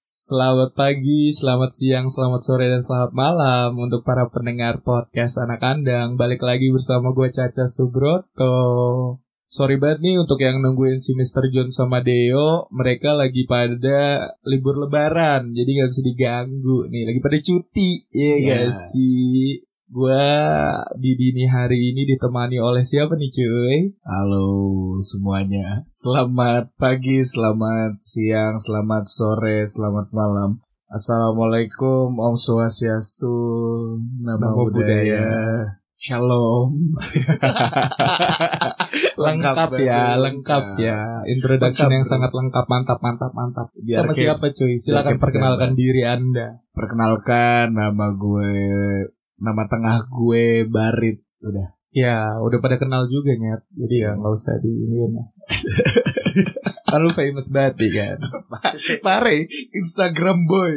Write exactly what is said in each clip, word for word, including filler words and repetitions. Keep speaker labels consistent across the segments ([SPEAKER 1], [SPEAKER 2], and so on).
[SPEAKER 1] Selamat pagi, selamat siang, selamat sore, dan selamat malam untuk para pendengar podcast Anak Kandang. Balik lagi bersama gue Caca Subroto. Sorry banget nih untuk yang nungguin si mister John sama Deo. Mereka lagi pada libur lebaran, jadi gak bisa diganggu nih. Lagi pada cuti, ya yeah. Gak sih? Gue di dini hari ini ditemani oleh siapa nih cuy?
[SPEAKER 2] Halo semuanya, selamat pagi, selamat siang, selamat sore, selamat malam. Assalamualaikum, Om Swastiastu, Namo Buddhaya, Shalom.
[SPEAKER 1] Lengkap ya, lengkap ya. Introduction lengkap, yang bro. Sangat lengkap, mantap, mantap, mantap. Biar sama siapa cuy? Silakan perkenalkan diri Anda.
[SPEAKER 2] Perkenalkan, nama gue... Nama tengah gue Barit. Udah.
[SPEAKER 1] Ya, udah pada kenal juga Nyet. Jadi ya gak usah diiniin. Kan lu famous banget kan.
[SPEAKER 2] Pare Instagram boy.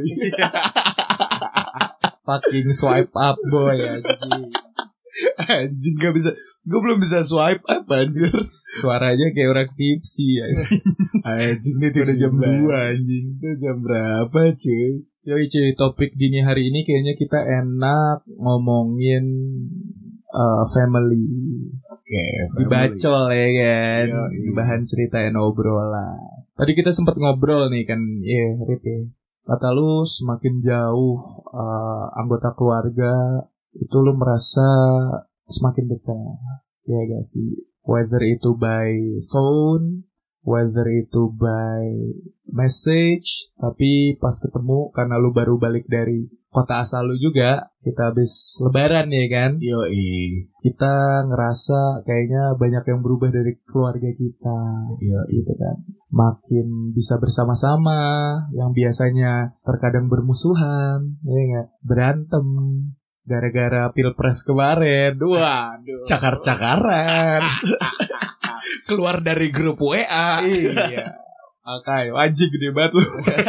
[SPEAKER 1] Fucking swipe up boy anjing.
[SPEAKER 2] Anjing gak bisa. Gue belum bisa swipe up anjir.
[SPEAKER 1] Suaranya kayak orang tipsi ya.
[SPEAKER 2] Anjing ini udah jam dua anjing. Itu jam berapa cuy?
[SPEAKER 1] Yoi cuy, topik dini hari ini kayaknya kita enak ngomongin uh, family.
[SPEAKER 2] Oke, okay,
[SPEAKER 1] dibacol ya kan. Yoi. Bahan cerita dan obrolan. Tadi kita sempat ngobrol nih kan, iya yeah, Rip ya. Kata lu semakin jauh uh, anggota keluarga itu lu merasa semakin dekat. Ya gak sih? Whether itu by phone, whether itu by message, tapi pas ketemu karena lu baru balik dari kota asal lu juga, kita habis lebaran ya kan.
[SPEAKER 2] Yoi.
[SPEAKER 1] Kita ngerasa kayaknya banyak yang berubah dari keluarga kita.
[SPEAKER 2] Yoi.
[SPEAKER 1] Gitu kan. Makin bisa bersama-sama, yang biasanya terkadang bermusuhan, ya gak? Berantem gara-gara pilpres kemarin. Waduh.
[SPEAKER 2] Cakar-cakaran. Keluar dari grup W A.
[SPEAKER 1] Iya. Oke, wajib gede banget lu.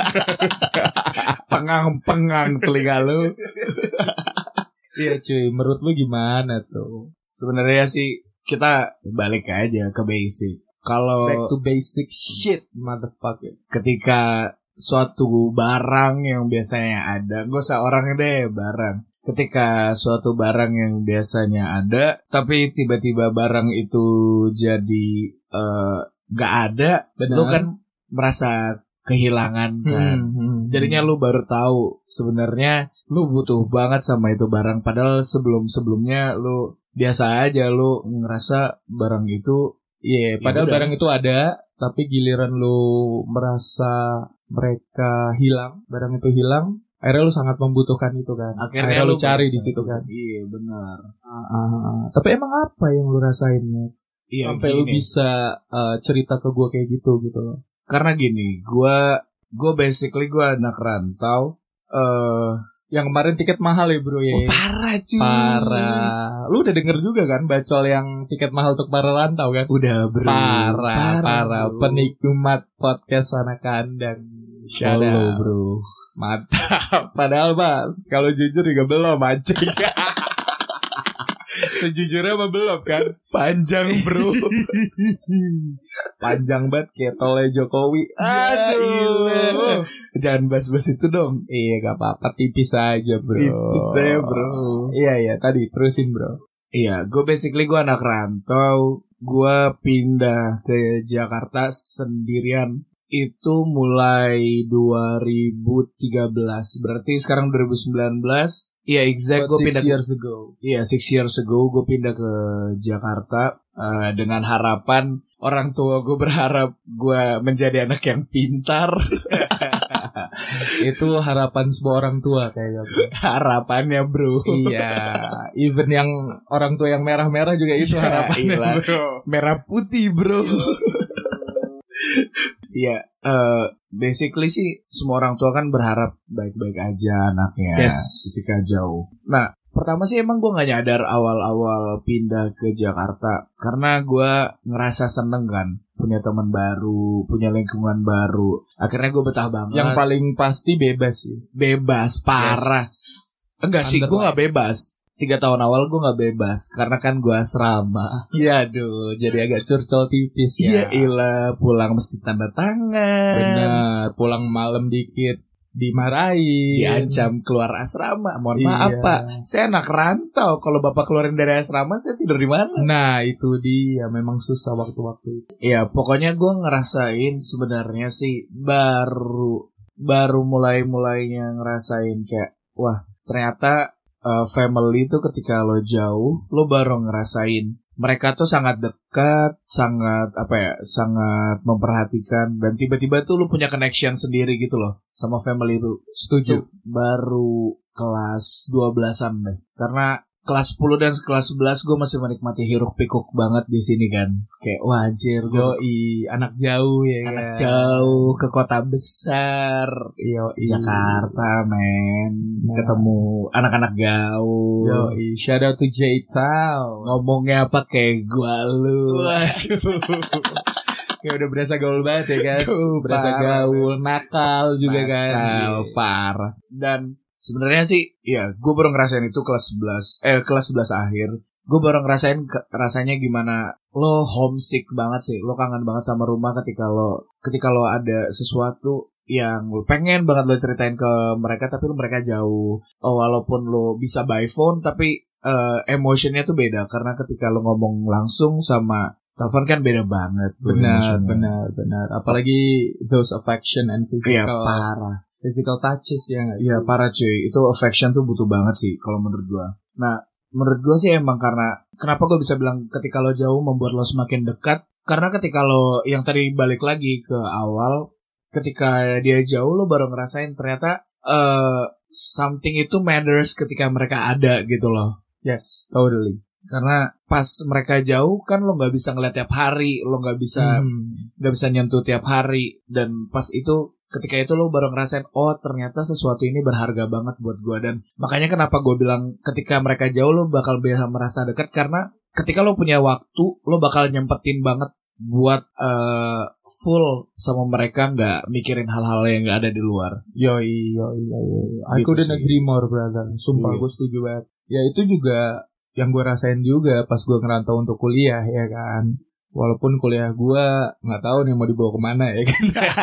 [SPEAKER 2] Pengang-pengang telinga lu.
[SPEAKER 1] Iya cuy, menurut lu gimana tuh?
[SPEAKER 2] Sebenarnya sih kita balik aja ke basic. Kalau
[SPEAKER 1] back to basic shit, motherfucker.
[SPEAKER 2] Ketika suatu barang yang biasanya ada, gak usah orangnya deh, barang. Ketika suatu barang yang biasanya ada, tapi tiba-tiba barang itu jadi uh, gak ada, benar. Lu kan merasa kehilangan kan. Hmm, hmm, Jadinya lu baru tahu sebenarnya lu butuh banget sama itu barang. Padahal sebelum-sebelumnya lu biasa aja, lu ngerasa barang itu
[SPEAKER 1] iya, yeah, padahal ya barang itu ada, tapi giliran lu merasa mereka hilang, barang itu hilang, akhirnya lu sangat membutuhkan itu kan.
[SPEAKER 2] Akhirnya, akhirnya
[SPEAKER 1] lu, lu cari di situ kan.
[SPEAKER 2] Iya benar.
[SPEAKER 1] Uh, uh, uh. Tapi emang apa yang lu rasainnya? Iya, sampai gini. Lu bisa uh, cerita ke gue kayak gitu gitu loh.
[SPEAKER 2] Karena gini, gue gue basically gue anak rantau. Uh,
[SPEAKER 1] yang kemarin tiket mahal ya bro ya.
[SPEAKER 2] Oh, parah cuy.
[SPEAKER 1] Parah. Lu udah denger juga kan bacol yang tiket mahal untuk para rantau kan?
[SPEAKER 2] Udah bro.
[SPEAKER 1] Parah, parah. parah. Penikmat podcast Anak Kandang.
[SPEAKER 2] Follow bro.
[SPEAKER 1] Mantap. Padahal mas, kalau jujur juga belum anjing. Sejujurnya mah belum kan.
[SPEAKER 2] Panjang bro.
[SPEAKER 1] Panjang banget kayak tolnya Jokowi.
[SPEAKER 2] Aduh. Jangan bahas-bahas itu dong.
[SPEAKER 1] Iya gak apa-apa, tipis aja bro.
[SPEAKER 2] Tipis aja bro.
[SPEAKER 1] Iya iya tadi terusin bro.
[SPEAKER 2] Iya, gue basically gue anak rantau. Gue pindah ke Jakarta sendirian itu mulai dua ribu tiga belas. Berarti sekarang dua ribu sembilan belas. Iya, exact. Gue pindah
[SPEAKER 1] years ago.
[SPEAKER 2] Iya, six years ago gue pindah ke Jakarta uh, dengan harapan orang tua gue berharap gue menjadi anak yang pintar.
[SPEAKER 1] Itu harapan semua orang tua kayaknya bro.
[SPEAKER 2] Harapannya bro.
[SPEAKER 1] Iya, even yang orang tua yang merah-merah juga itu ya, harapannya ilah. Bro.
[SPEAKER 2] Merah putih bro. Iya, uh, basically sih semua orang tua kan berharap baik-baik aja anaknya yes. ketika jauh. Nah, pertama sih emang gue gak nyadar awal-awal pindah ke Jakarta. Karena gue ngerasa seneng kan, punya teman baru, punya lingkungan baru. Akhirnya gue betah banget.
[SPEAKER 1] Yang paling pasti bebas sih.
[SPEAKER 2] Bebas, parah. Yes. Enggak sih, gue gak bebas. Tiga tahun awal gue gak bebas karena kan gue asrama.
[SPEAKER 1] Iya aduh, jadi agak curcol tipis ya.
[SPEAKER 2] Iya ilah, pulang mesti tanda tangan.
[SPEAKER 1] Benar, pulang malam dikit dimarahin,
[SPEAKER 2] diancam keluar asrama. Mohon
[SPEAKER 1] Iya.
[SPEAKER 2] maaf Pak, saya anak rantau. Kalau Bapak keluarin dari asrama, saya tidur di mana?
[SPEAKER 1] Nah itu dia, memang susah waktu-waktu itu.
[SPEAKER 2] Ya pokoknya gue ngerasain sebenarnya sih baru baru mulai-mulainya ngerasain kayak wah ternyata uh, family itu ketika lo jauh lo baru ngerasain mereka tuh sangat dekat, sangat apa ya, sangat memperhatikan dan tiba-tiba tuh lu punya connection sendiri gitu loh sama family itu.
[SPEAKER 1] Setuju.
[SPEAKER 2] Tuh, baru kelas dua belasan deh. Karena kelas sepuluh dan kelas sebelas gue masih menikmati hiruk pikuk banget di sini kan. Kayak wah anjir gue
[SPEAKER 1] Yoi, anak jauh ya
[SPEAKER 2] anak
[SPEAKER 1] kan?
[SPEAKER 2] jauh ke kota besar.
[SPEAKER 1] Yoi.
[SPEAKER 2] Jakarta men,
[SPEAKER 1] Nah.
[SPEAKER 2] ketemu anak-anak gaul.
[SPEAKER 1] Yoi, shout out to J-Town.
[SPEAKER 2] Ngomongnya apa kayak gua lu.
[SPEAKER 1] Waduh. Kayak udah berasa gaul banget ya kan?
[SPEAKER 2] Tuh,
[SPEAKER 1] Berasa
[SPEAKER 2] parah,
[SPEAKER 1] gaul, nakal juga kan?
[SPEAKER 2] Nakal, parah. Dan sebenarnya sih, ya gue baru ngerasain itu kelas sebelas, eh kelas sebelas akhir. Gue baru ngerasain ke, rasanya gimana lo homesick banget sih, lo kangen banget sama rumah ketika lo ketika lo ada sesuatu yang lo pengen banget lo ceritain ke mereka tapi lo mereka jauh. Oh, walaupun lo bisa by phone tapi uh, emotionnya tuh beda karena ketika lo ngomong langsung sama telepon kan beda banget.
[SPEAKER 1] Benar, benar, benar. Apalagi those affection and
[SPEAKER 2] Iya,
[SPEAKER 1] physical,
[SPEAKER 2] parah.
[SPEAKER 1] physical touches ya nggak sih?
[SPEAKER 2] Iya parah cuy, itu affection tuh butuh banget sih kalau menurut gua. Nah menurut gua sih emang karena kenapa gua bisa bilang ketika lo jauh membuat lo semakin dekat. Karena ketika lo yang tadi balik lagi ke awal, ketika dia jauh lo baru ngerasain ternyata uh, something itu matters ketika mereka ada gitu loh.
[SPEAKER 1] Yes, totally.
[SPEAKER 2] Karena pas mereka jauh kan lo nggak bisa ngeliat tiap hari, lo nggak bisa nggak
[SPEAKER 1] Hmm.
[SPEAKER 2] bisa nyentuh tiap hari dan pas itu ketika itu lo baru ngerasain oh ternyata sesuatu ini berharga banget buat gue dan makanya kenapa gue bilang ketika mereka jauh lo bakal bisa merasa dekat karena ketika lo punya waktu lo bakal nyempetin banget buat uh, full sama mereka nggak mikirin hal-hal yang nggak ada di luar.
[SPEAKER 1] Yoi, yoi, yoi. I
[SPEAKER 2] Gitu
[SPEAKER 1] couldn't
[SPEAKER 2] sih.
[SPEAKER 1] agree more, brother. Sumpah,
[SPEAKER 2] Iya.
[SPEAKER 1] gue setuju banget. Ya itu juga yang gue rasain juga pas gue ngerantau untuk kuliah ya kan. Walaupun kuliah gue nggak tahu nih mau dibawa kemana ya kan.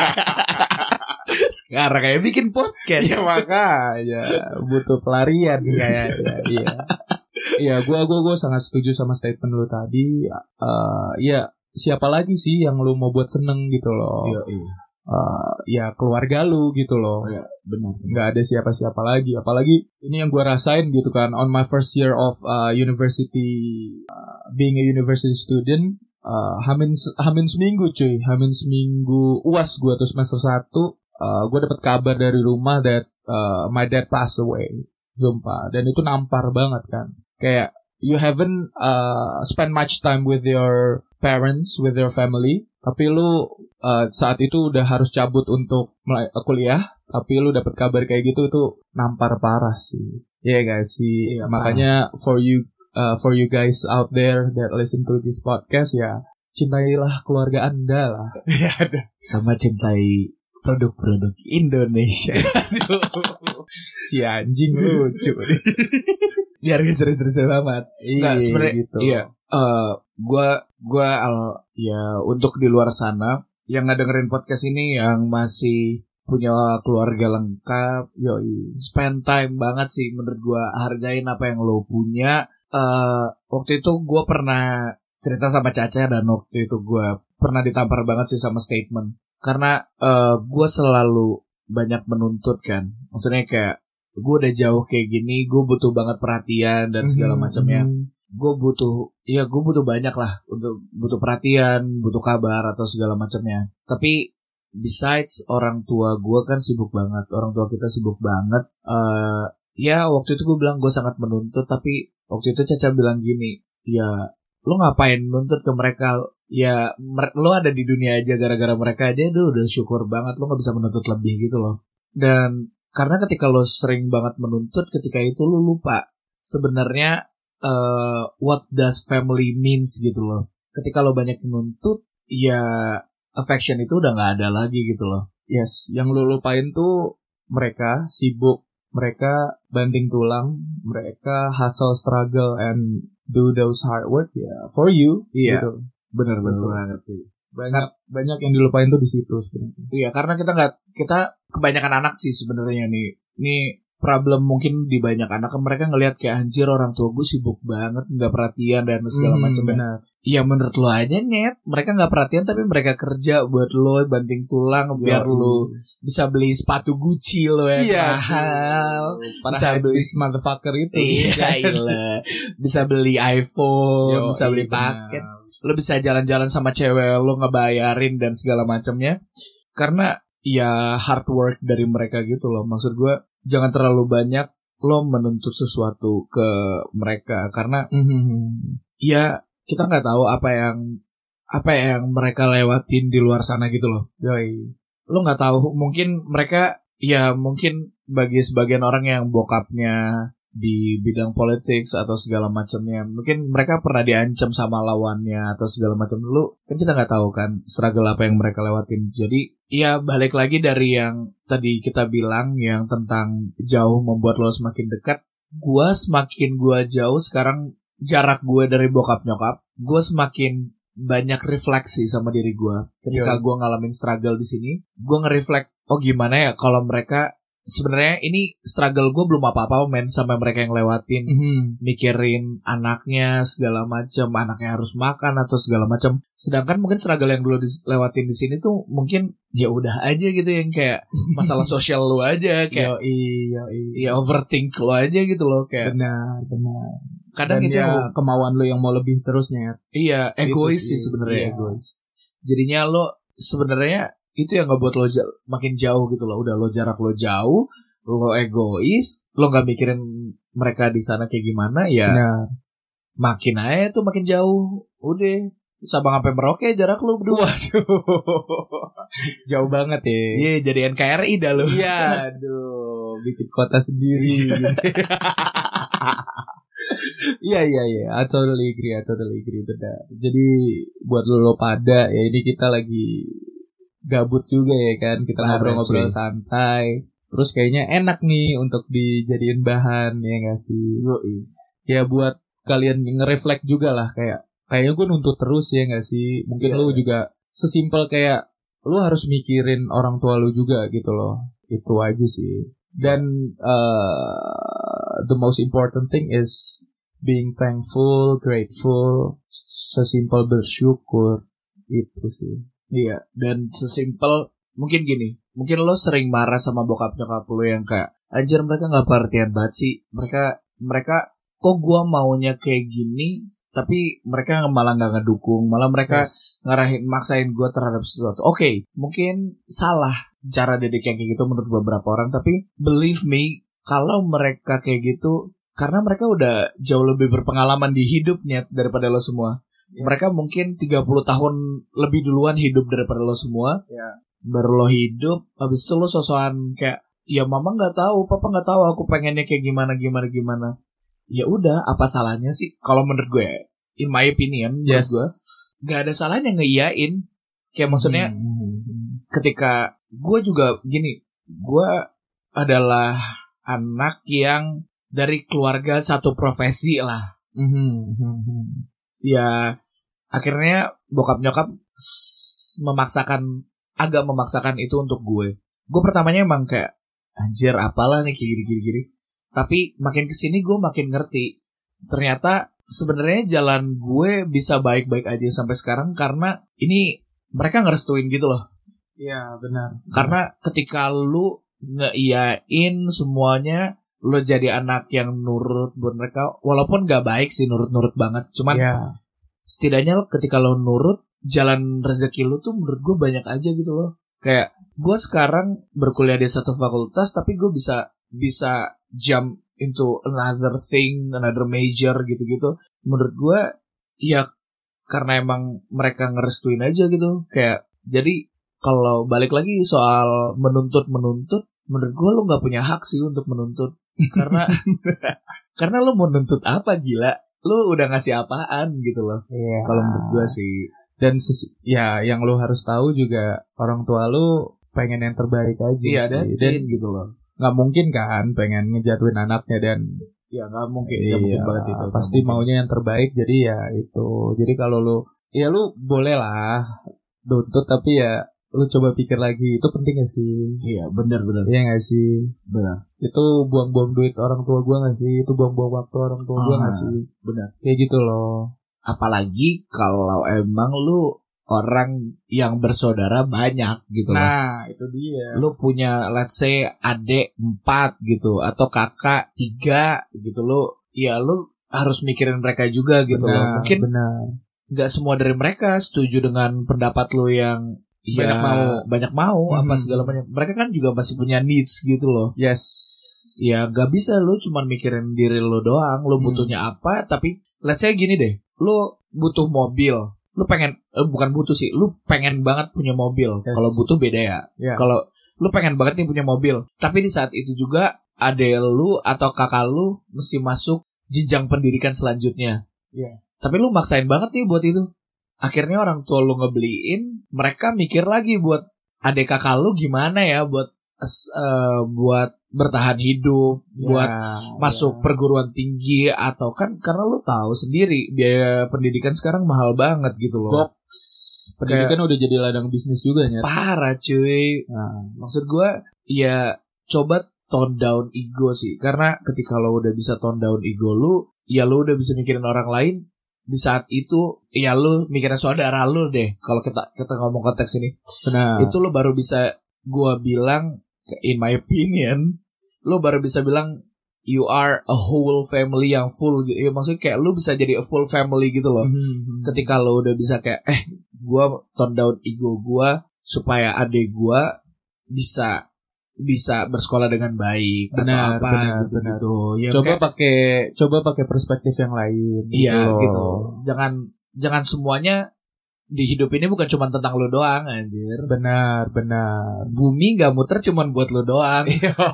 [SPEAKER 2] Sekarang kayak bikin podcast.
[SPEAKER 1] Ya makanya butuh pelarian kayaknya. Iya. Iya, gue gue gue sangat setuju sama statement lu tadi. Uh, ya siapa lagi sih yang lu mau buat seneng gitu loh?
[SPEAKER 2] Iya, iya.
[SPEAKER 1] Uh, ya keluarga lu gitu loh.
[SPEAKER 2] Iya, benar.
[SPEAKER 1] Nggak ada siapa-siapa lagi. Apalagi ini yang gue rasain gitu kan. On my first year of uh, university, uh, being a university student, uh, hamin hamin seminggu cuy, hamin seminggu uas gue tuh semester satu. Uh, gue dapat kabar dari rumah that uh, my dad passed away. Sumpah. Dan itu nampar banget kan. Kayak you haven't uh, spend much time with your parents, with your family, tapi lu uh, saat itu udah harus cabut untuk mulai uh, kuliah, tapi lu dapat kabar kayak gitu itu nampar parah sih. Iya yeah, guys sih.
[SPEAKER 2] Iya,
[SPEAKER 1] Makanya parah. for you uh, for you guys out there that listen to this podcast ya, cintailah keluarga Anda lah.
[SPEAKER 2] Iya, sama cintai produk-produk Indonesia.
[SPEAKER 1] Si anjing lucu.
[SPEAKER 2] Biar gak serius-serius banget. Enggak, sebenarnya
[SPEAKER 1] gitu.
[SPEAKER 2] iya. Uh, gua gua al, ya untuk di luar sana yang ngedengerin podcast ini yang masih punya keluarga lengkap, yoi, spend time banget sih menurut gua, hargain apa yang lo punya. Uh, waktu itu gua pernah cerita sama Caca dan waktu itu gua pernah ditampar banget sih sama statement. Karena uh, gua selalu banyak menuntut kan. Maksudnya kayak gue udah jauh kayak gini, gue butuh banget perhatian dan segala macamnya. Gue butuh, ya gue butuh banyak lah untuk butuh perhatian, butuh kabar atau segala macamnya. Tapi besides orang tua gue kan sibuk banget, orang tua kita sibuk banget. Uh, ya waktu itu gue bilang gue sangat menuntut, tapi waktu itu Caca bilang gini, ya lo ngapain nuntut ke mereka? Ya lo ada di dunia aja gara-gara mereka aja, lo udah syukur banget, lo nggak bisa menuntut lebih gitu loh. Dan karena ketika lo sering banget menuntut, ketika itu lo lupa sebenarnya uh, what does family means gitu loh. Ketika lo banyak menuntut, ya affection itu udah nggak ada lagi gitu loh.
[SPEAKER 1] Yes, yang lo lupain tuh mereka sibuk, mereka banting tulang, mereka hustle, struggle, and do those hard work ya yeah, for you.
[SPEAKER 2] Iya,
[SPEAKER 1] gitu.
[SPEAKER 2] bener-bener banget sih.
[SPEAKER 1] banyak banyak yang dilupain tuh di situ sebenarnya.
[SPEAKER 2] Iya, karena kita nggak kita kebanyakan anak sih sebenarnya nih. Nih problem mungkin di banyak anak mereka ngelihat kayak anjir orang tua gue sibuk banget, nggak perhatian dan segala
[SPEAKER 1] Hmm,
[SPEAKER 2] macam.
[SPEAKER 1] benar.
[SPEAKER 2] Iya menurut lo aja nyet, mereka nggak perhatian tapi mereka kerja buat lo banting tulang biar
[SPEAKER 1] Yo,
[SPEAKER 2] lo bisa beli sepatu Gucci lo yang
[SPEAKER 1] Iya,
[SPEAKER 2] mahal,
[SPEAKER 1] para
[SPEAKER 2] bisa beli
[SPEAKER 1] hypebeast motherfucker itu.
[SPEAKER 2] iya iya, bisa beli iPhone,
[SPEAKER 1] Yo,
[SPEAKER 2] bisa beli
[SPEAKER 1] iya, benar.
[SPEAKER 2] paket, lo bisa jalan-jalan sama cewek lo ngebayarin dan segala macamnya karena ya hard work dari mereka gitu loh. Maksud gue jangan terlalu banyak lo menuntut sesuatu ke mereka karena
[SPEAKER 1] Mm-hmm.
[SPEAKER 2] ya kita nggak tahu apa yang apa yang mereka lewatin di luar sana gitu loh.
[SPEAKER 1] Yoi.
[SPEAKER 2] Lo nggak tahu, mungkin mereka ya mungkin bagi sebagian orang yang bokapnya di bidang politik atau segala macamnya, mungkin mereka pernah diancam sama lawannya atau segala macam dulu. Kan kita nggak tahu kan struggle apa yang mereka lewatin. Jadi ya balik lagi dari yang tadi kita bilang yang tentang jauh membuat lo semakin dekat. Gua semakin gua jauh sekarang jarak gue dari bokap nyokap, gue semakin banyak refleksi sama diri gue. Ketika gue ngalamin struggle di sini, gue nge-reflect, oh gimana ya kalau mereka sebenarnya ini struggle gue belum apa-apa men sama mereka yang lewatin,
[SPEAKER 1] Mm-hmm.
[SPEAKER 2] mikirin anaknya segala macam, anaknya harus makan atau segala macam. Sedangkan mungkin struggle yang dulu dilewatin di sini tuh mungkin ya udah aja gitu yang kayak masalah sosial lu aja kayak
[SPEAKER 1] Yoi, yoi.
[SPEAKER 2] ya overthink lu aja gitu loh kayak.
[SPEAKER 1] Benar, benar.
[SPEAKER 2] Kadang
[SPEAKER 1] Dan
[SPEAKER 2] itu
[SPEAKER 1] ya kemauan lo yang mau lebih terusnya.
[SPEAKER 2] iya, egois
[SPEAKER 1] Itu
[SPEAKER 2] sih
[SPEAKER 1] sih,
[SPEAKER 2] sebenarnya,
[SPEAKER 1] iya.
[SPEAKER 2] egois. Jadinya lo sebenarnya itu yang ngebuat lo ja- makin jauh gitu loh. Udah lo jarak lo jauh, lo egois, lo nggak mikirin mereka di sana kayak gimana ya.
[SPEAKER 1] Benar.
[SPEAKER 2] Makin aja tuh makin jauh. Udah Sabang sampai Merauke jarak lo berdua.
[SPEAKER 1] Waduh. Jauh banget ya.
[SPEAKER 2] Iya, jadi N K R I dah lo.
[SPEAKER 1] Iya, aduh, bikin kota sendiri. Iya iya iya, I totally agree, I totally agree, benar. Jadi buat lo, lo pada ya ini kita lagi gabut juga ya kan, kita
[SPEAKER 2] Parah,
[SPEAKER 1] ngobrol-ngobrol
[SPEAKER 2] cuy.
[SPEAKER 1] santai. Terus kayaknya enak nih untuk dijadiin bahan ya nggak sih? Ya buat kalian nge-reflect juga lah kayak kayaknya gue nuntut terus ya nggak sih? Mungkin
[SPEAKER 2] Iya.
[SPEAKER 1] lo juga sesimpel kayak lo harus mikirin orang tua lo juga gitu loh. Itu aja sih. Dan uh, the most important thing is being thankful, grateful, sesimpel bersyukur. Itu sih.
[SPEAKER 2] Iya, dan sesimpel mungkin gini. Mungkin lo sering marah sama bokap nyokap lo yang kayak anjir mereka nggak perhatian banget sih. Mereka mereka kok gua maunya kayak gini, tapi mereka malah nggak ngedukung, malah mereka
[SPEAKER 1] Yes.
[SPEAKER 2] ngarahin maksain gua terhadap sesuatu. Oke, okay, mungkin salah cara didik yang kayak gitu menurut beberapa orang, tapi believe me, kalau mereka kayak gitu, karena mereka udah jauh lebih berpengalaman di hidupnya daripada lo semua.
[SPEAKER 1] Yes.
[SPEAKER 2] Mereka mungkin tiga puluh tahun lebih duluan hidup daripada lo semua.
[SPEAKER 1] Ya.
[SPEAKER 2] Baru lo hidup, habis itu lo sosokan kayak, ya mama nggak tahu, papa nggak tahu, aku pengennya kayak gimana gimana gimana. Ya udah, apa salahnya sih? Kalau menurut gue, in my opinion, menurut
[SPEAKER 1] Yes.
[SPEAKER 2] gue, nggak ada salahnya ngeiyain. Kayak maksudnya,
[SPEAKER 1] Hmm.
[SPEAKER 2] ketika gue juga gini, gue adalah anak yang dari keluarga satu profesi lah.
[SPEAKER 1] Hmm.
[SPEAKER 2] Ya akhirnya bokap nyokap s- memaksakan, agak memaksakan itu untuk gue. Gue pertamanya emang kayak anjir apalah nih kayak gini-gini. Tapi makin kesini gue makin ngerti. Ternyata sebenarnya jalan gue bisa baik-baik aja sampai sekarang karena ini mereka ngerestuin gitu loh.
[SPEAKER 1] Iya benar.
[SPEAKER 2] Karena ketika lu ngeiyain semuanya, lu jadi anak yang nurut buat mereka. Walaupun gak baik sih nurut-nurut banget. Cuman
[SPEAKER 1] Iya.
[SPEAKER 2] setidaknya ketika lo nurut, jalan rezeki lu tuh menurut gue banyak aja gitu loh. Kayak gue sekarang berkuliah di satu fakultas, tapi gue bisa bisa jump into another thing, another major gitu-gitu. Menurut gue ya karena emang mereka ngerestuin aja gitu. Kayak jadi kalau balik lagi soal menuntut-menuntut, menurut gue lo nggak punya hak sih untuk menuntut. Karena karena lo mau nuntut apa gila? Lo udah ngasih apaan gitu loh.
[SPEAKER 1] Iya.
[SPEAKER 2] Kalau menurut gue sih.
[SPEAKER 1] Dan ses- ya yang lo harus tahu juga orang tua lo pengen yang terbaik aja
[SPEAKER 2] Iya,
[SPEAKER 1] sih.
[SPEAKER 2] that's
[SPEAKER 1] Dan
[SPEAKER 2] it gitu loh.
[SPEAKER 1] nggak mungkin kan pengen ngejatuhin anaknya dan
[SPEAKER 2] Ya nggak mungkin,
[SPEAKER 1] iya,
[SPEAKER 2] nggak mungkin banget itu.
[SPEAKER 1] pasti
[SPEAKER 2] Nggak mungkin.
[SPEAKER 1] maunya yang terbaik. Jadi ya itu. Jadi kalau lo ya lo boleh lah nuntut tapi ya lu coba pikir lagi itu penting gak sih?
[SPEAKER 2] Iya benar-benar.
[SPEAKER 1] Iya gak sih?
[SPEAKER 2] Benar.
[SPEAKER 1] Itu buang-buang duit orang tua gue gak sih? Itu buang-buang waktu orang tua gue gak sih?
[SPEAKER 2] Benar.
[SPEAKER 1] Kayak gitu loh.
[SPEAKER 2] Apalagi kalau emang lu orang yang bersaudara banyak gitu loh.
[SPEAKER 1] Nah itu dia.
[SPEAKER 2] Lu punya let's say adik empat gitu atau kakak tiga gitu, lu ya lu harus mikirin mereka juga gitu
[SPEAKER 1] benar,
[SPEAKER 2] loh. Mungkin
[SPEAKER 1] benar.
[SPEAKER 2] Gak semua dari mereka setuju dengan pendapat lu yang ya,
[SPEAKER 1] banyak mau
[SPEAKER 2] banyak mau hmm. apa segala macam. Mereka kan juga masih punya needs gitu loh.
[SPEAKER 1] Yes.
[SPEAKER 2] Ya gak bisa lu cuma mikirin diri lu doang. Lu hmm. butuhnya apa. Tapi let's say gini deh, lu butuh mobil, lu pengen eh, bukan butuh sih, lu pengen banget punya mobil. Yes. Kalau butuh beda ya. Yeah. Kalau lu pengen banget nih punya mobil, tapi di saat itu juga adek lu atau kakak lu mesti masuk jenjang pendidikan selanjutnya.
[SPEAKER 1] Yeah.
[SPEAKER 2] Tapi lu maksain banget nih buat itu. Akhirnya orang tua lu ngebeliin, mereka mikir lagi buat adik kakak lu gimana ya buat uh, buat bertahan hidup, ya, buat masuk ya. perguruan tinggi atau kan karena lu tahu sendiri biaya pendidikan sekarang mahal banget gitu loh.
[SPEAKER 1] Box. Pendidikan kayak, udah jadi ladang bisnis juga ya.
[SPEAKER 2] Parah cuy. Nah, maksud gua ya coba tone down ego sih, karena ketika lo udah bisa tone down ego lu, ya lu udah bisa mikirin orang lain. Di saat itu ya lu mikirin saudara lu deh. Kalau kita kita ngomong konteks ini,
[SPEAKER 1] benar.
[SPEAKER 2] Itu lu baru bisa gua bilang, in my opinion, lu baru bisa bilang you are a whole family yang full gitu. Ya, maksudnya kayak lu bisa jadi a full family gitu loh. Mm-hmm. Ketika lu udah bisa kayak eh gua tone down ego gua supaya adik gua bisa bisa bersekolah dengan baik.
[SPEAKER 1] Benar,
[SPEAKER 2] atau apa
[SPEAKER 1] benar,
[SPEAKER 2] gitu,
[SPEAKER 1] benar.
[SPEAKER 2] gitu. Ya,
[SPEAKER 1] coba kayak, pakai coba pakai perspektif yang lain.
[SPEAKER 2] Iya
[SPEAKER 1] gitu.
[SPEAKER 2] gitu. Jangan jangan semuanya di hidup ini bukan cuma tentang lu doang anjir.
[SPEAKER 1] Benar, benar.
[SPEAKER 2] Bumi enggak muter cuma buat lu doang.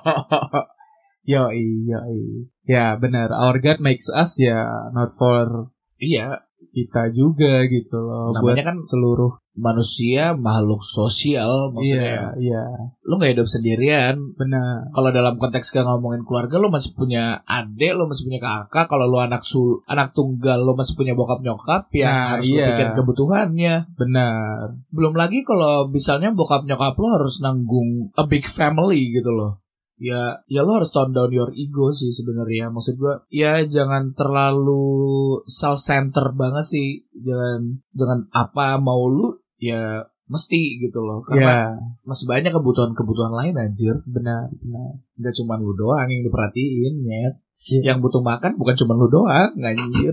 [SPEAKER 1] Yo iya iya. Ya benar. Our God makes us ya not for
[SPEAKER 2] iya
[SPEAKER 1] kita juga gitu loh.
[SPEAKER 2] Namanya
[SPEAKER 1] buat
[SPEAKER 2] kan
[SPEAKER 1] seluruh
[SPEAKER 2] manusia makhluk sosial maksudnya.
[SPEAKER 1] Iya, iya.
[SPEAKER 2] Lu gak hidup sendirian.
[SPEAKER 1] Benar.
[SPEAKER 2] Kalau dalam konteks kita ngomongin keluarga, lu masih punya adik, lu masih punya kakak. Kalau lu anak sul, anak tunggal, lu masih punya bokap nyokap yang nah, harus iya. lu pikir kebutuhannya.
[SPEAKER 1] Benar.
[SPEAKER 2] Belum lagi kalau misalnya bokap nyokap lu harus nanggung a big family gitu loh. Ya, ya lo harus tone down your ego sih sebenarnya. Maksud gue, ya jangan terlalu self-center banget sih. Jangan, jangan apa mau lu, ya mesti gitu loh. Karena yeah. masih banyak kebutuhan-kebutuhan lain anjir.
[SPEAKER 1] Benar, benar.
[SPEAKER 2] Gak cuma lu doang yang diperhatiin, nyet. Yeah. Yang butuh makan bukan cuma lu doang, anjir.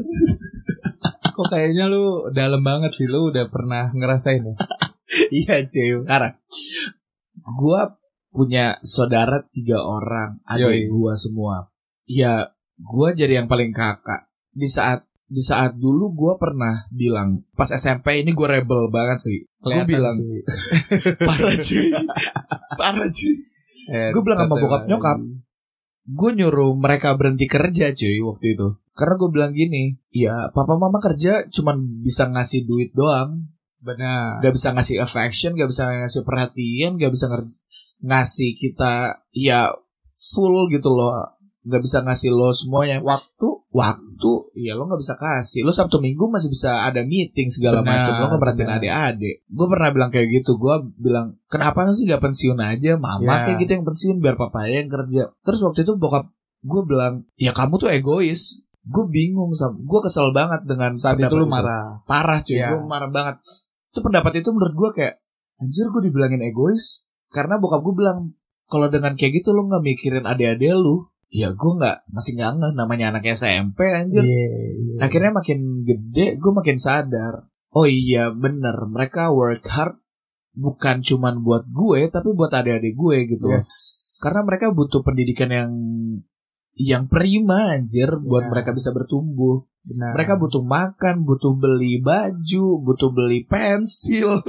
[SPEAKER 1] Kok kayaknya lu dalam banget sih, lu udah pernah ngerasain ya?
[SPEAKER 2] Iya cuy, karena gue punya saudara tiga orang, adik gue semua. Ya, gue jadi yang paling kakak. Di saat di saat dulu gue pernah bilang, pas S M P ini gue rebel banget sih. Gue bilang, sih. parah cuy, parah cuy. Eh, gue bilang sama bokap nyokap, gue nyuruh mereka berhenti kerja cuy waktu itu. Karena gue bilang gini, ya papa mama kerja cuman bisa ngasih duit doang.
[SPEAKER 1] Benar.
[SPEAKER 2] Gak bisa ngasih affection, gak bisa ngasih perhatian, gak bisa ngerti ngasih kita ya full gitu loh, nggak bisa ngasih lo semuanya. Waktu waktu ya lo nggak bisa kasih. Lo Sabtu Minggu masih bisa ada meeting segala macam, lo nggak perhatiin adik-adik. Gue pernah bilang kayak gitu. Gue bilang kenapa sih nggak pensiun aja mama yeah. kayak gitu yang pensiun biar papa yang kerja. Terus waktu itu bokap gue bilang ya kamu tuh egois. Gue bingung sama, gue kesel banget dengan
[SPEAKER 1] saat itu lo marah
[SPEAKER 2] parah cuy yeah. Gue marah banget. Itu pendapat itu menurut gue kayak anjir gue dibilangin egois. Karena bokap gue bilang, kalau dengan kayak gitu lo gak mikirin adik-adik lu. Ya gue gak, masih gak ngeh namanya anak S M P anjir.
[SPEAKER 1] yeah, yeah.
[SPEAKER 2] Akhirnya makin gede, gue makin sadar. Oh iya bener, mereka work hard bukan cuman buat gue, tapi buat adik-adik gue gitu.
[SPEAKER 1] Yes.
[SPEAKER 2] Karena mereka butuh pendidikan yang yang prima anjir, buat yeah. mereka bisa bertumbuh.
[SPEAKER 1] Benar.
[SPEAKER 2] Mereka butuh makan, butuh beli baju, butuh beli pensil.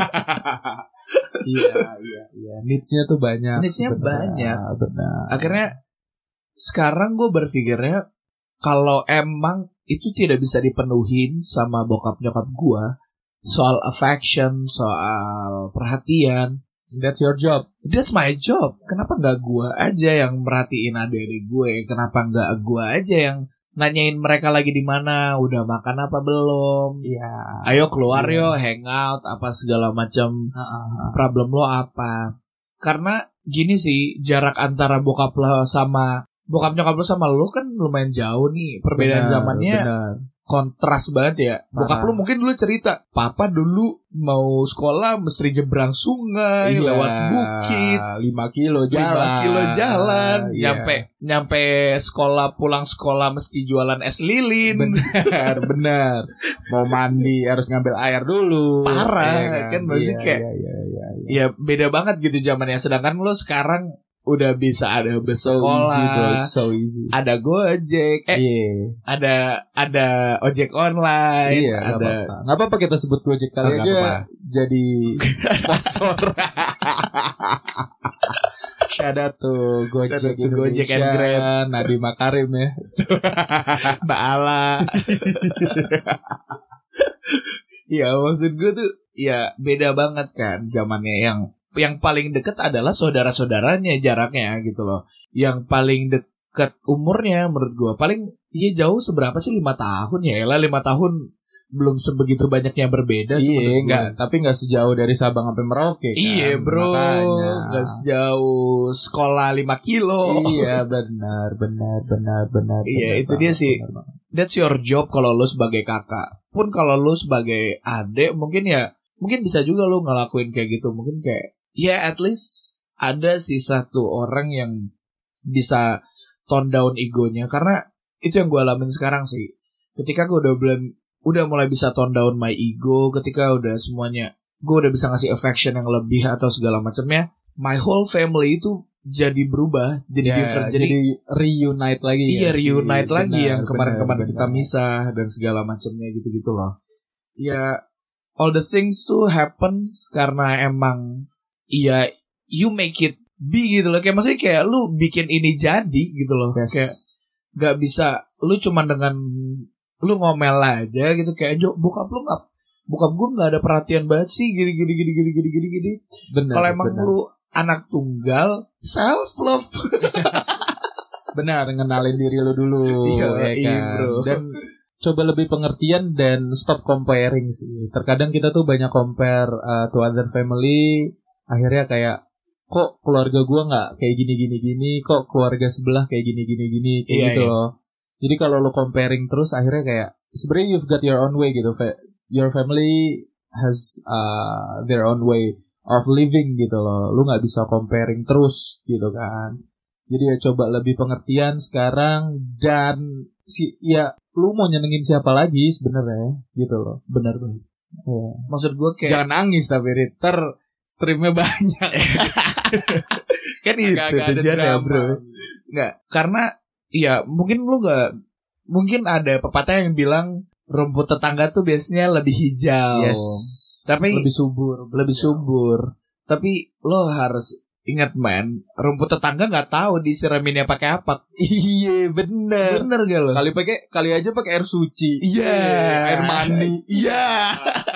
[SPEAKER 1] Iya, iya, iya. Needs-nya tuh banyak.
[SPEAKER 2] Needs-nya benar, banyak.
[SPEAKER 1] Benar.
[SPEAKER 2] Akhirnya sekarang gue berpikirnya kalau emang itu tidak bisa dipenuhin sama bokap nyokap gue, soal affection, soal perhatian,
[SPEAKER 1] that's your job.
[SPEAKER 2] That's my job. Kenapa nggak gue aja yang merhatiin adik-adik gue? Kenapa nggak gue aja yang nanyain mereka lagi di mana, udah makan apa belum,
[SPEAKER 1] Iya.
[SPEAKER 2] ayo keluar
[SPEAKER 1] Iya.
[SPEAKER 2] yuk, hangout, apa segala macam,
[SPEAKER 1] Uh-uh.
[SPEAKER 2] problem lo apa. Karena gini sih, jarak antara bokap lo sama bokap nyokap lo sama lo kan lumayan jauh nih, perbedaan
[SPEAKER 1] Benar,
[SPEAKER 2] zamannya
[SPEAKER 1] benar.
[SPEAKER 2] kontras banget ya. Bokap
[SPEAKER 1] Parah.
[SPEAKER 2] lu mungkin dulu cerita, papa dulu mau sekolah mesti nyebrang sungai,
[SPEAKER 1] Iya,
[SPEAKER 2] lewat bukit,
[SPEAKER 1] lima kilo jalan.
[SPEAKER 2] lima kilo jalan,
[SPEAKER 1] Iya.
[SPEAKER 2] nyampe nyampe sekolah, pulang sekolah mesti jualan es lilin.
[SPEAKER 1] Benar, benar. Mau mandi harus ngambil air dulu.
[SPEAKER 2] Parah,
[SPEAKER 1] Iya
[SPEAKER 2] kan masih
[SPEAKER 1] Iya,
[SPEAKER 2] kayak
[SPEAKER 1] iya, iya, iya, iya.
[SPEAKER 2] ya beda banget gitu zamannya. Sedangkan lu sekarang udah bisa ada bus
[SPEAKER 1] So
[SPEAKER 2] sekolah,
[SPEAKER 1] easy, bro. It's so easy.
[SPEAKER 2] ada Gojek, eh
[SPEAKER 1] Iya.
[SPEAKER 2] ada ada ojek online,
[SPEAKER 1] Iya, nggak
[SPEAKER 2] ada
[SPEAKER 1] apa-apa. Nggak apa-apa kita sebut Gojek kali
[SPEAKER 2] Oh, nggak
[SPEAKER 1] aja
[SPEAKER 2] apa-apa.
[SPEAKER 1] jadi sponsor. Shout out to Gojek,
[SPEAKER 2] Shout out to Gojek and
[SPEAKER 1] Indonesia,
[SPEAKER 2] Grab.
[SPEAKER 1] Nadiem Makarim ya.
[SPEAKER 2] Mbak Ala. Iya, maksud gue tuh ya beda banget kan zamannya. Yang yang paling deket adalah saudara-saudaranya jaraknya gitu loh. Yang paling deket umurnya menurut gue paling ya jauh seberapa sih, lima tahun ya. Elah lima tahun belum sebegitu banyaknya berbeda sih
[SPEAKER 1] Iya,
[SPEAKER 2] menurut gua.
[SPEAKER 1] enggak, tapi nggak sejauh dari Sabang sampai Merauke kan.
[SPEAKER 2] Iya bro,
[SPEAKER 1] Makanya.
[SPEAKER 2] nggak sejauh sekolah lima kilo.
[SPEAKER 1] Iya, benar, benar, benar, benar.
[SPEAKER 2] Iya,
[SPEAKER 1] benar
[SPEAKER 2] itu dia
[SPEAKER 1] banget,
[SPEAKER 2] sih.
[SPEAKER 1] benar banget.
[SPEAKER 2] That's your job kalau lu sebagai kakak. Pun kalau lu sebagai adik mungkin ya mungkin bisa juga lu ngelakuin kayak gitu. Mungkin kayak ya at least ada sih satu orang yang bisa tone down egonya. Karena itu yang gue alamin sekarang sih. Ketika gue udah belum udah mulai bisa tone down my ego, ketika udah semuanya gue udah bisa ngasih affection yang lebih atau segala macamnya, my whole family itu jadi berubah, jadi
[SPEAKER 1] Ya,
[SPEAKER 2] different, jadi,
[SPEAKER 1] jadi reunite lagi.
[SPEAKER 2] iya
[SPEAKER 1] ya sih.
[SPEAKER 2] reunite lagi
[SPEAKER 1] Benar,
[SPEAKER 2] yang kemarin-kemarin
[SPEAKER 1] benar,
[SPEAKER 2] kita
[SPEAKER 1] benar.
[SPEAKER 2] misah dan segala macamnya gitu-gitu loh. Ya all the things tuh happen karena emang iya you make it be gitu loh. Kayak maksudnya kayak lu bikin ini jadi gitu loh.
[SPEAKER 1] Yes.
[SPEAKER 2] Kayak gak bisa lu cuma dengan lu ngomel aja gitu kayak Jo, bokap lu nggak bokap gue nggak ada perhatian banget sih gini gini gini gini gini gini gini.
[SPEAKER 1] Benar.
[SPEAKER 2] Kalau emang
[SPEAKER 1] benar.
[SPEAKER 2] lu anak tunggal, self love.
[SPEAKER 1] Benar, ngenalin diri lu dulu.
[SPEAKER 2] Iya,
[SPEAKER 1] ya
[SPEAKER 2] iya,
[SPEAKER 1] kan?
[SPEAKER 2] bro.
[SPEAKER 1] Dan coba lebih pengertian dan stop comparing sih. Terkadang kita tuh banyak compare uh, to other family. Akhirnya kayak kok keluarga gua nggak kayak gini gini gini, kok keluarga sebelah kayak gini gini gini kayak
[SPEAKER 2] Iya,
[SPEAKER 1] gitu
[SPEAKER 2] iya.
[SPEAKER 1] loh. Jadi kalau lu comparing terus akhirnya kayak sebenarnya you've got your own way gitu. Fa- Your family has uh, their own way of living gitu loh. Lu nggak bisa comparing terus gitu kan. Jadi ya coba lebih pengertian sekarang dan si ya lu mau nyenengin siapa lagi sebenarnya gitu loh.
[SPEAKER 2] Benar banget.
[SPEAKER 1] Ya.
[SPEAKER 2] Maksud gue kayak
[SPEAKER 1] Jangan nangis tapi Rit, ter streamnya banyak.
[SPEAKER 2] kan itu
[SPEAKER 1] Agak-agak ada
[SPEAKER 2] tujuannya
[SPEAKER 1] drama.
[SPEAKER 2] bro. Nggak, karena ya mungkin lu nggak, mungkin ada pepatah yang bilang rumput tetangga tuh biasanya lebih hijau,
[SPEAKER 1] Yes.
[SPEAKER 2] Tapi-
[SPEAKER 1] lebih subur,
[SPEAKER 2] lebih subur. Tapi lo harus ingat man, rumput tetangga nggak tahu disiraminnya pakai apa.
[SPEAKER 1] Iya bener.
[SPEAKER 2] Bener gak lo?
[SPEAKER 1] Kali pakai kali aja pakai air suci.
[SPEAKER 2] Iya.
[SPEAKER 1] Air mani.
[SPEAKER 2] Iya.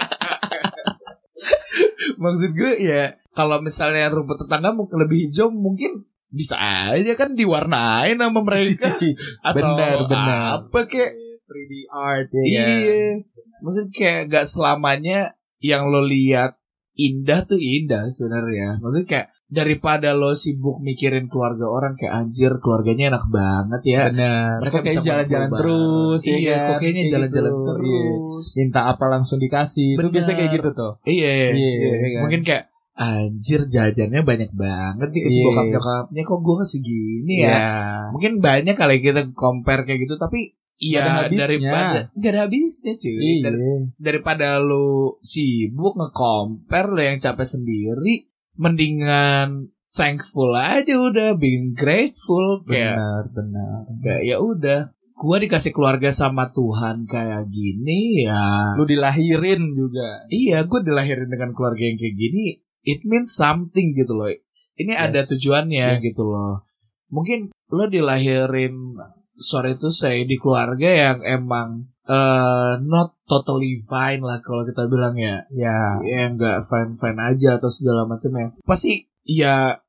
[SPEAKER 2] Maksud gue ya, kalau misalnya rumput tetangga mungkin lebih hijau, mungkin bisa aja kan diwarnain sama mereka. Atau
[SPEAKER 1] Benar, benar.
[SPEAKER 2] apa kayak
[SPEAKER 1] three D art ya.
[SPEAKER 2] iya. Maksudnya kayak gak selamanya yang lo lihat indah tuh indah sebenarnya. Maksudnya kayak daripada lo sibuk mikirin keluarga orang, kayak anjir keluarganya enak banget ya.
[SPEAKER 1] Benar.
[SPEAKER 2] Mereka
[SPEAKER 1] Kok kayak
[SPEAKER 2] bisa
[SPEAKER 1] jalan-jalan
[SPEAKER 2] berubah.
[SPEAKER 1] terus ya
[SPEAKER 2] Iya,
[SPEAKER 1] kan?
[SPEAKER 2] kok kayaknya
[SPEAKER 1] Kayak
[SPEAKER 2] jalan-jalan
[SPEAKER 1] gitu.
[SPEAKER 2] terus.
[SPEAKER 1] Iya. Minta apa langsung dikasih. Itu
[SPEAKER 2] Benar.
[SPEAKER 1] biasa kayak gitu tuh.
[SPEAKER 2] Iya, iya,
[SPEAKER 1] Iya,
[SPEAKER 2] iya.
[SPEAKER 1] kan?
[SPEAKER 2] Mungkin kayak anjir jajannya banyak banget nih kasih
[SPEAKER 1] Iya.
[SPEAKER 2] bokap nyokapnya, kok gue segini ya.
[SPEAKER 1] Iya.
[SPEAKER 2] Mungkin banyak kali kita compare kayak gitu, tapi
[SPEAKER 1] Nggak ada
[SPEAKER 2] iya
[SPEAKER 1] habisnya.
[SPEAKER 2] daripada nggak ada habisnya cuy.
[SPEAKER 1] Iya.
[SPEAKER 2] Dar- daripada lu sibuk nge-compare lo yang capek sendiri, mendingan thankful aja udah, being grateful kayak
[SPEAKER 1] Benar, benar.
[SPEAKER 2] kayak ya udah. Gua dikasih keluarga sama Tuhan kayak gini ya.
[SPEAKER 1] Lu dilahirin juga.
[SPEAKER 2] Iya, gue dilahirin dengan keluarga yang kayak gini. It means something gitu loh. Ini
[SPEAKER 1] Yes,
[SPEAKER 2] ada tujuannya
[SPEAKER 1] yes.
[SPEAKER 2] gitu loh. Mungkin lo dilahirin, sorry to say, di keluarga yang emang uh, not totally fine lah kalau kita bilang ya.
[SPEAKER 1] Ya.
[SPEAKER 2] Ya nggak fine-fine aja atau segala macamnya. Pasti ya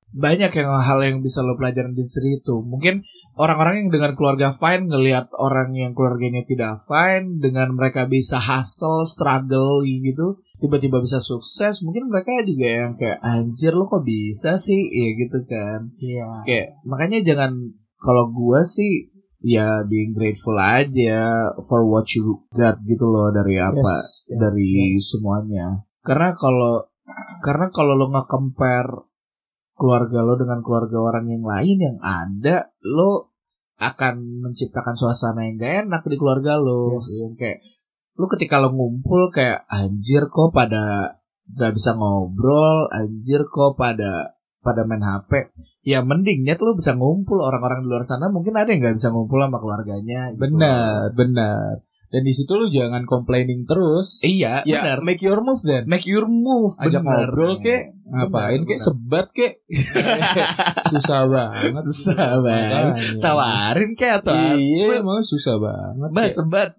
[SPEAKER 2] banyak yang hal yang bisa lo pelajarin di situ. Mungkin orang-orang yang dengan keluarga fine ngelihat orang yang keluarganya tidak fine, dengan mereka bisa hustle, struggle gitu, tiba-tiba bisa sukses, mungkin mereka juga yang kayak anjir lo kok bisa sih, ya gitu kan.
[SPEAKER 1] Iya.
[SPEAKER 2] Kayak makanya jangan, kalau gua sih ya being grateful aja for what you got gitu loh dari apa,
[SPEAKER 1] Yes, yes,
[SPEAKER 2] dari
[SPEAKER 1] yes.
[SPEAKER 2] semuanya. Karena kalau karena kalau lo nge-compare keluarga lo dengan keluarga orang yang lain yang ada, lo akan menciptakan suasana yang gak enak di keluarga lo.
[SPEAKER 1] Yes.
[SPEAKER 2] Yang kayak lo ketika lo ngumpul kayak anjir kok pada gak bisa ngobrol, anjir kok pada pada main H P. Ya mendingnya tuh lo bisa ngumpul. Orang-orang di luar sana mungkin ada yang gak bisa ngumpul sama keluarganya gitu.
[SPEAKER 1] Benar, benar. Dan di situ lu jangan complaining terus.
[SPEAKER 2] Iya,
[SPEAKER 1] Ya,
[SPEAKER 2] benar.
[SPEAKER 1] make your move then.
[SPEAKER 2] Make your move.
[SPEAKER 1] Ajak
[SPEAKER 2] bener.
[SPEAKER 1] ngobrol kek, ngapain kek,
[SPEAKER 2] bener.
[SPEAKER 1] sebat kek. Susah banget.
[SPEAKER 2] Susah banget.
[SPEAKER 1] Makanya.
[SPEAKER 2] Tawarin kayak atau
[SPEAKER 1] Iya, emang susah banget.
[SPEAKER 2] Mbak
[SPEAKER 1] Kayak-
[SPEAKER 2] sebat.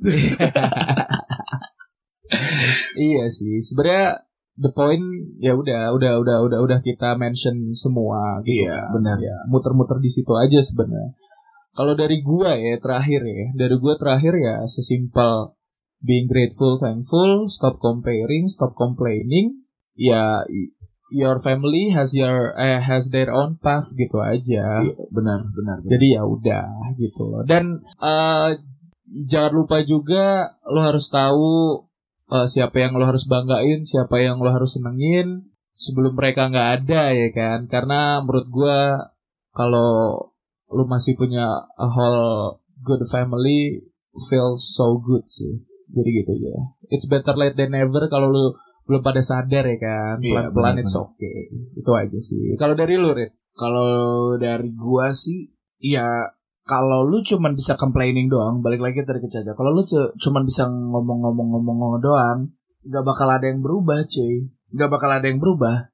[SPEAKER 1] Iya sih, sebenarnya the point ya udah udah udah udah udah kita mention semua gitu.
[SPEAKER 2] Iya,
[SPEAKER 1] kan.
[SPEAKER 2] benar.
[SPEAKER 1] Ya, muter-muter di situ aja sebenarnya. Kalau dari gua ya terakhir ya, dari gua terakhir ya sesimpel being grateful, thankful, stop comparing, stop complaining. Ya your family has your eh has their own path gitu aja.
[SPEAKER 2] Iya, benar, benar. benar.
[SPEAKER 1] Jadi ya udah gitu loh. Dan eh, jangan lupa juga lo harus tahu eh, siapa yang lo harus banggain, siapa yang lo harus senengin sebelum mereka nggak ada ya kan. Karena menurut gua kalau lo masih punya a whole good family feels so good sih. Jadi gitu ya. It's better late than never kalau lo belum pada sadar ya kan.
[SPEAKER 2] Iya,
[SPEAKER 1] Pelan-pelan
[SPEAKER 2] benar,
[SPEAKER 1] it's
[SPEAKER 2] benar.
[SPEAKER 1] okay. Itu aja sih. Kalau dari lu Rit?
[SPEAKER 2] Kalau dari gua sih, ya kalau lu cuman bisa complaining doang, balik lagi tadi ke Caca. Kalau lu tuh cuman bisa ngomong-ngomong-ngomong doang, gak bakal ada yang berubah, cuy. Gak bakal ada yang berubah.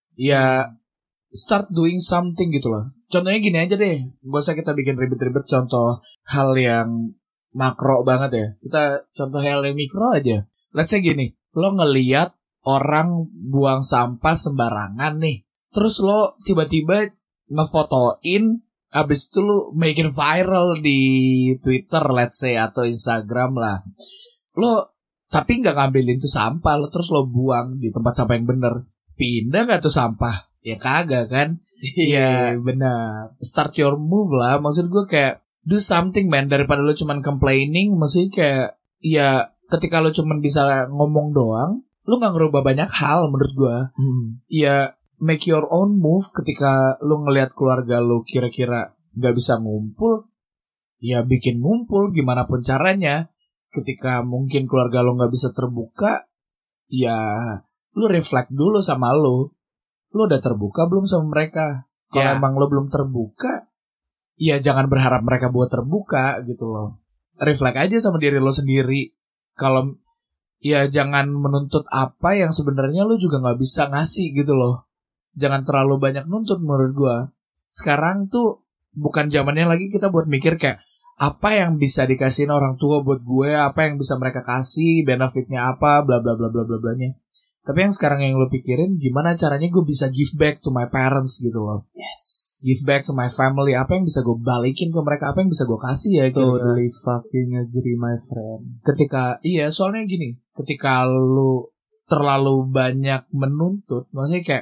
[SPEAKER 2] Ya start doing something gitu loh. Contohnya gini aja deh, gak usah kita bikin ribet-ribet. Contoh hal yang makro banget ya. Kita contoh hal yang mikro aja. Let's say gini, lo ngeliat orang buang sampah sembarangan nih. Terus lo tiba-tiba ngefotoin, abis itu lo making viral di Twitter let's say atau Instagram lah. Lo tapi nggak ngambilin tuh sampah, lo terus lo buang di tempat sampah yang bener. Pindah nggak tuh sampah? Ya kagak kan? Iya
[SPEAKER 1] benar.
[SPEAKER 2] Start your move lah. Maksud gue kayak do something man, daripada lo cuman complaining. Maksudnya kayak ya ketika lo cuman bisa ngomong doang, lo nggak ngerubah banyak hal menurut gue.
[SPEAKER 1] Hmm.
[SPEAKER 2] Ya make your own move. Ketika lo ngelihat keluarga lo kira-kira nggak bisa ngumpul, ya bikin ngumpul gimana pun caranya. Ketika mungkin keluarga lo nggak bisa terbuka, ya lo reflect dulu sama lo. Lo udah terbuka belum sama mereka? Kalau
[SPEAKER 1] Ya.
[SPEAKER 2] emang lo belum terbuka, ya jangan berharap mereka buat terbuka gitu loh. Reflect aja sama diri lo sendiri. Kalau ya jangan menuntut apa yang sebenarnya lo juga nggak bisa ngasih gitu loh. Jangan terlalu banyak nuntut menurut gua. Sekarang tuh bukan zamannya lagi kita buat mikir kayak apa yang bisa dikasihin orang tua buat gue, apa yang bisa mereka kasih, benefitnya apa, bla bla bla bla bla blanya. Tapi yang sekarang yang lo pikirin gimana caranya gue bisa give back to my parents gitu loh.
[SPEAKER 1] Yes.
[SPEAKER 2] Give back to my family. Apa yang bisa gue balikin ke mereka, apa yang bisa gue kasih ya kira-kira.
[SPEAKER 1] Totally fucking agree my friend.
[SPEAKER 2] Ketika iya soalnya gini, ketika lu terlalu banyak menuntut, maksudnya kayak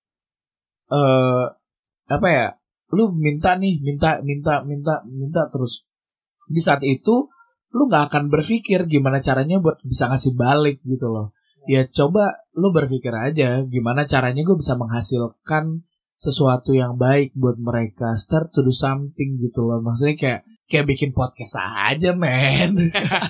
[SPEAKER 2] eh uh, apa ya, lu minta nih minta minta minta minta terus di saat itu lu nggak akan berpikir gimana caranya buat bisa ngasih balik gitu loh. Ya coba lu berpikir aja gimana caranya gue bisa menghasilkan sesuatu yang baik buat mereka. Start to do something gitu loh. Maksudnya kayak kayak bikin podcast aja men.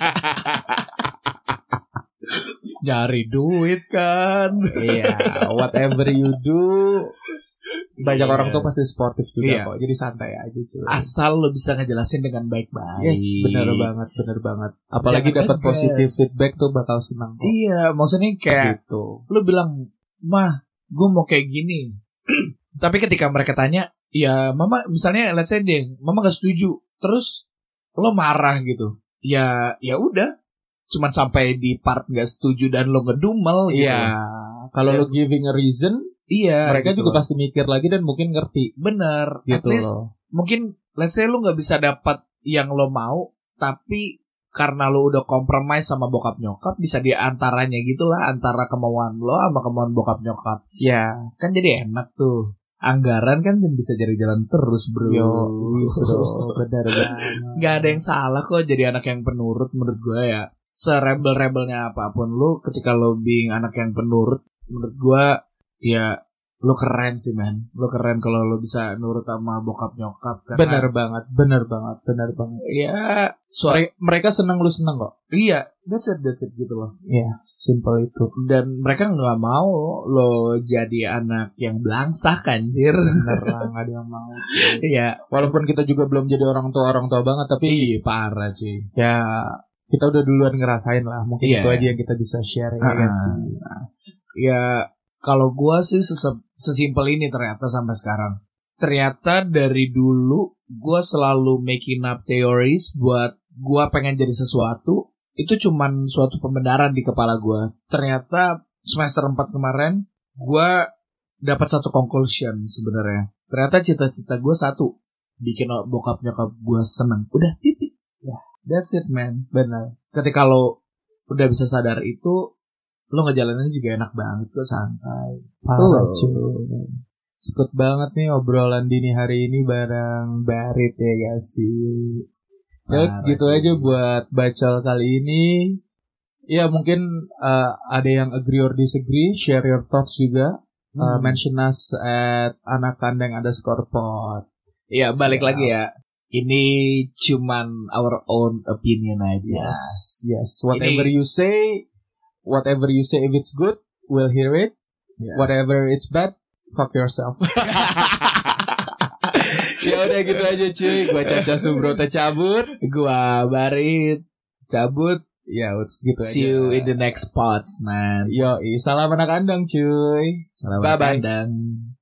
[SPEAKER 2] Nyari duit kan.
[SPEAKER 1] Iya, whatever you do, banyak
[SPEAKER 2] Iya.
[SPEAKER 1] orang tuh pasti sportif juga
[SPEAKER 2] Iya.
[SPEAKER 1] kok. Jadi santai aja cuy.
[SPEAKER 2] Asal lo bisa ngejelasin dengan baik-baik.
[SPEAKER 1] Yes, benar banget, benar banget. Apalagi
[SPEAKER 2] Jangan
[SPEAKER 1] dapat
[SPEAKER 2] ngegas.
[SPEAKER 1] positif feedback tuh bakal senang kok.
[SPEAKER 2] Iya, maksudnya kayak
[SPEAKER 1] Gitu.
[SPEAKER 2] lu bilang, "Mah, gue mau kayak gini." Tapi ketika mereka tanya, ya mama misalnya let's say deh, mama gak setuju. Terus lo marah gitu. Ya, ya udah. Cuman sampai di part gak setuju dan lo ngedumel gitu.
[SPEAKER 1] Iya, kalau
[SPEAKER 2] Ya.
[SPEAKER 1] lo giving a reason,
[SPEAKER 2] Iya.
[SPEAKER 1] Mereka
[SPEAKER 2] gitu
[SPEAKER 1] juga
[SPEAKER 2] loh.
[SPEAKER 1] pasti mikir lagi dan mungkin ngerti.
[SPEAKER 2] Bener.
[SPEAKER 1] Gitu
[SPEAKER 2] At least
[SPEAKER 1] loh.
[SPEAKER 2] mungkin let's say lu nggak bisa dapat yang lo mau, tapi karena lo udah kompromi sama bokap nyokap, bisa di antaranya gitulah, antara kemauan lo sama kemauan bokap nyokap.
[SPEAKER 1] Ya,
[SPEAKER 2] Kan jadi enak tuh. Anggaran kan bisa jadi jalan terus, bro.
[SPEAKER 1] yo, bro, benar banget.
[SPEAKER 2] Gak ada yang salah kok jadi anak yang penurut menurut gue ya. Serebel-rebelnya apapun lo, ketika lo being anak yang penurut, menurut gue ya lo keren sih, man. Lo keren kalau lo bisa nurut sama bokap nyokap. Karena,
[SPEAKER 1] Benar banget, benar banget, benar banget.
[SPEAKER 2] ya, so,
[SPEAKER 1] Mere- mereka senang lu senang kok.
[SPEAKER 2] iya, that's it, that's it gitu loh.
[SPEAKER 1] Iya, simple itu.
[SPEAKER 2] Dan mereka nggak mau lo jadi anak yang belangsah, anjir.
[SPEAKER 1] Bener lah, nggak ada yang mau.
[SPEAKER 2] Iya,
[SPEAKER 1] Walaupun kita juga belum jadi orang tua orang tua banget, tapi
[SPEAKER 2] iya parah cuy.
[SPEAKER 1] ya kita udah duluan ngerasain lah. Mungkin
[SPEAKER 2] Iya.
[SPEAKER 1] itu aja yang kita bisa share ya
[SPEAKER 2] Ah,
[SPEAKER 1] guys.
[SPEAKER 2] Ya kalau gua sih sese- sesimpel ini ternyata sampai sekarang. Ternyata dari dulu gua selalu making up theories buat gua pengen jadi sesuatu. Itu cuman suatu pembenaran di kepala gua. Ternyata semester empat kemarin gua dapat satu conclusion sebenarnya. Ternyata cita-cita gua satu, bikin bokap nyokap gua seneng. Udah titik. Ya, that's it man.
[SPEAKER 1] Benar.
[SPEAKER 2] Ketika lo udah bisa sadar itu, lo ngejalaninnya juga enak banget, lo santai.
[SPEAKER 1] Parah
[SPEAKER 2] So,
[SPEAKER 1] cuy. Skut banget nih obrolan dini hari ini bareng Barit ya guys sih. Ya
[SPEAKER 2] Parah,
[SPEAKER 1] segitu
[SPEAKER 2] cuy.
[SPEAKER 1] aja buat bacol kali ini. Ya mungkin uh, ada yang agree or disagree, share your thoughts juga. Uh,
[SPEAKER 2] Hmm.
[SPEAKER 1] mention us at anak kandang underscore pod.
[SPEAKER 2] Iya, balik
[SPEAKER 1] Siap.
[SPEAKER 2] lagi ya. Ini cuman our own opinion aja.
[SPEAKER 1] Yes, yes. Whatever you say, whatever you say, if it's good, we'll hear it.
[SPEAKER 2] Ya.
[SPEAKER 1] Whatever it's bad, fuck yourself. Ya udah gitu aja cuy. Gua Caca Subrota cabut.
[SPEAKER 2] Gua Barit cabut.
[SPEAKER 1] Ya udah gitu aja.
[SPEAKER 2] See you in the next spots, man.
[SPEAKER 1] Yo, salam anak kandang cuy.
[SPEAKER 2] Salam
[SPEAKER 1] Bye-bye.
[SPEAKER 2] kandang.